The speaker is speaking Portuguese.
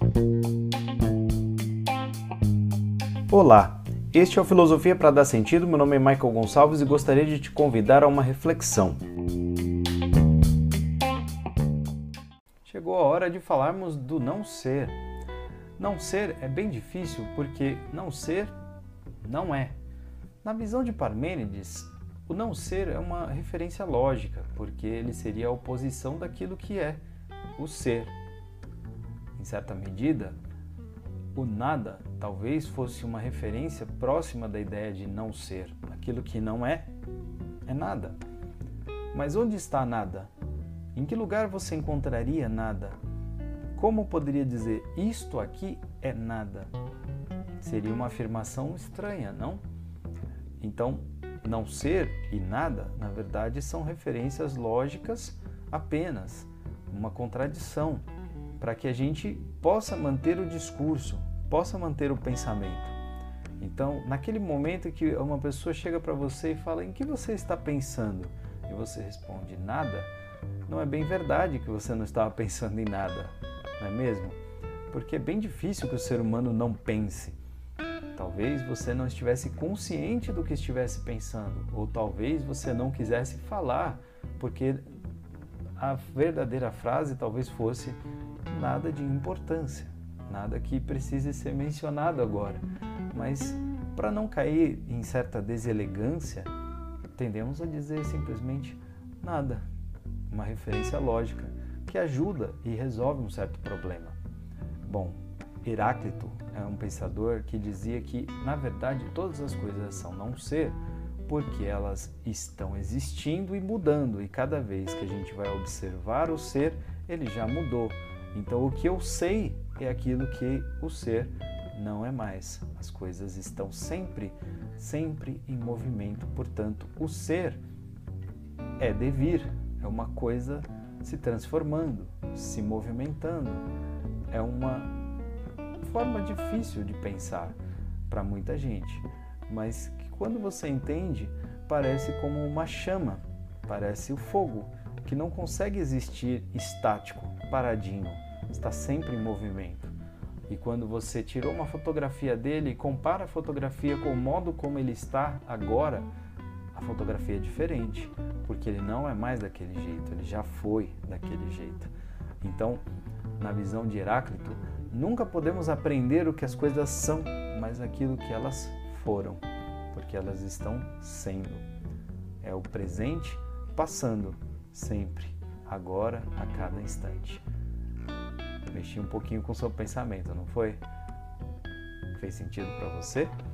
Olá, este é o Filosofia para Dar Sentido. Meu nome é Michael Gonçalves e gostaria de te convidar a uma reflexão. Chegou a hora de falarmos do não ser. Não ser é bem difícil porque não ser não é. Na visão de Parmênides, o não ser é uma referência lógica, porque ele seria a oposição daquilo que é o ser. Em certa medida, o nada talvez fosse uma referência próxima da ideia de não ser. Aquilo que não é, é nada. Mas onde está nada? Em que lugar você encontraria nada? Como poderia dizer, isto aqui é nada? Seria uma afirmação estranha, não? Então, não ser e nada, na verdade, são referências lógicas apenas, uma contradição, para que a gente possa manter o discurso, possa manter o pensamento. Então, naquele momento que uma pessoa chega para você e fala, em que você está pensando? E você responde, nada, não é bem verdade que você não estava pensando em nada, não é mesmo? Porque é bem difícil que o ser humano não pense. Talvez você não estivesse consciente do que estivesse pensando, ou talvez você não quisesse falar, porque a verdadeira frase talvez fosse nada de importância, nada que precise ser mencionado agora. Mas para não cair em certa deselegância, tendemos a dizer simplesmente nada, uma referência lógica que ajuda e resolve um certo problema. Bom, Heráclito é um pensador que dizia que, na verdade, todas as coisas são não ser porque elas estão existindo e mudando, e cada vez que a gente vai observar o ser, ele já mudou. Então, o que eu sei é aquilo que o ser não é mais. As coisas estão sempre em movimento. Portanto, o ser é devir, é uma coisa se transformando, se movimentando. É uma forma difícil de pensar para muita gente, mas que quando você entende, parece como uma chama, parece o fogo, que não consegue existir estático, paradinho, está sempre em movimento. E quando você tirou uma fotografia dele e compara a fotografia com o modo como ele está agora, a fotografia é diferente, porque ele não é mais daquele jeito, ele já foi daquele jeito. Então, na visão de Heráclito, nunca podemos aprender o que as coisas são, mas aquilo que elas foram, porque elas estão sendo. É o presente passando, sempre, agora, a cada instante. Mexi um pouquinho com o seu pensamento, não foi? Fez sentido para você?